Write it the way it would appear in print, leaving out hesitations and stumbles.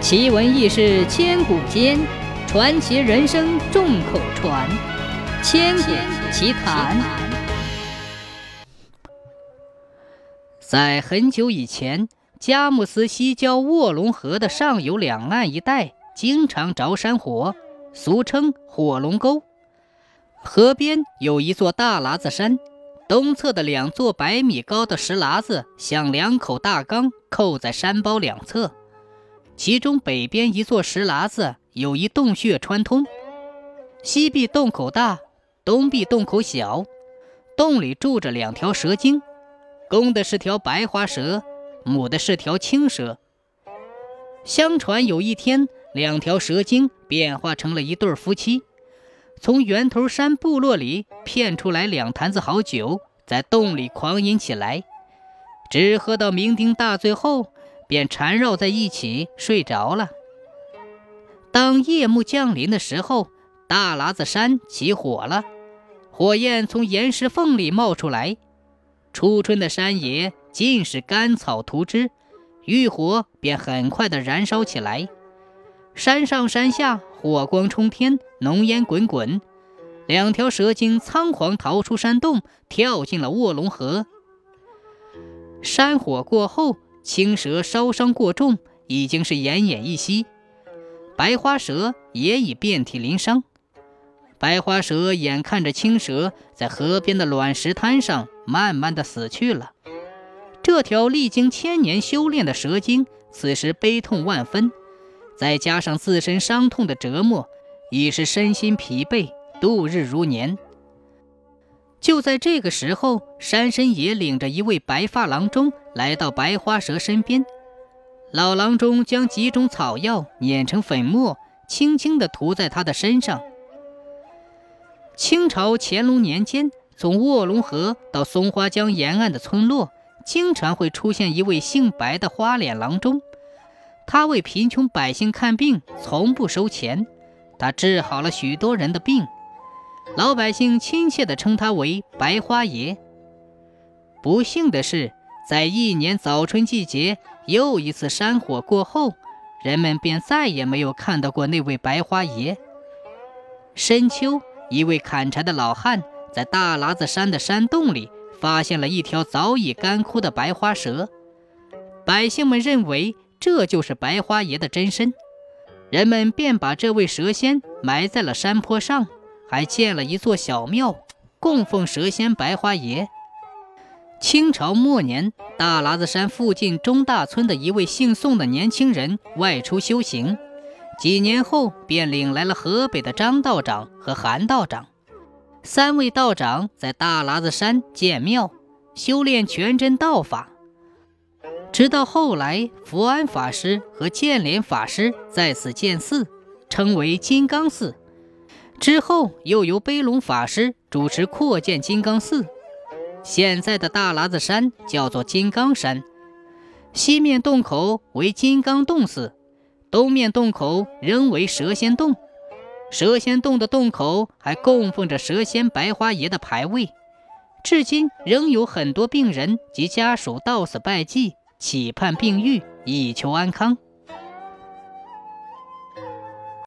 奇闻异事千古间，传奇人生众口传。千古奇谈。在很久以前，佳木斯西郊卧龙河的上游两岸一带经常着山火，俗称火龙沟。河边有一座大喇子山，东侧的两座100米高的石喇子像2口大缸扣在山包两侧，其中北边一座石喇子有一洞穴穿通，西壁洞口大，东壁洞口小，洞里住着2条蛇精，公的是条白花蛇，母的是条青蛇。相传有一天，2条蛇精变化成了一对夫妻，从源头山部落里骗出来2坛子好酒，在洞里狂饮起来，直喝到酩酊大醉后，便缠绕在一起睡着了。当夜幕降临的时候，大喇子山起火了，火焰从岩石缝里冒出来，初春的山野尽是干草涂枝，欲火便很快地燃烧起来。山上山下火光冲天，浓烟滚滚，2条蛇精仓皇逃出山洞，跳进了卧龙河。山火过后，青蛇烧伤过重，已经是奄奄一息，白花蛇也已遍体鳞伤。白花蛇眼看着青蛇在河边的卵石滩上慢慢的死去了，这条历经1000年修炼的蛇精此时悲痛万分，再加上自身伤痛的折磨，已是身心疲惫，度日如年。就在这个时候，山神爷领着一位白发郎中来到白花蛇身边，老郎中将几种草药碾成粉末，轻轻地涂在他的身上。清朝乾隆年间，从卧龙河到松花江沿岸的村落，经常会出现一位姓白的花脸郎中，他为贫穷百姓看病，从不收钱，他治好了许多人的病，老百姓亲切地称他为白花爷。不幸的是，在一年早春季节，又一次山火过后，人们便再也没有看到过那位白花爷。深秋，一位砍柴的老汉在大喇子山的山洞里发现了一条早已干枯的白花蛇，百姓们认为这就是白花爷的真身，人们便把这位蛇仙埋在了山坡上，还建了一座小庙，供奉蛇仙白花爷。清朝末年，大喇子山附近中大村的一位姓宋的年轻人外出修行，几年后便领来了河北的张道长和韩道长，3位道长在大喇子山建庙，修炼全真道法。直到后来，福安法师和建莲法师在此建寺，称为金刚寺。之后又由悲龙法师主持扩建金刚寺。现在的大喇子山叫做金刚山，西面洞口为金刚洞寺，东面洞口仍为蛇仙洞。蛇仙洞的洞口还供奉着蛇仙白花爷的牌位，至今仍有很多病人及家属到此拜祭，期盼病愈，以求安康。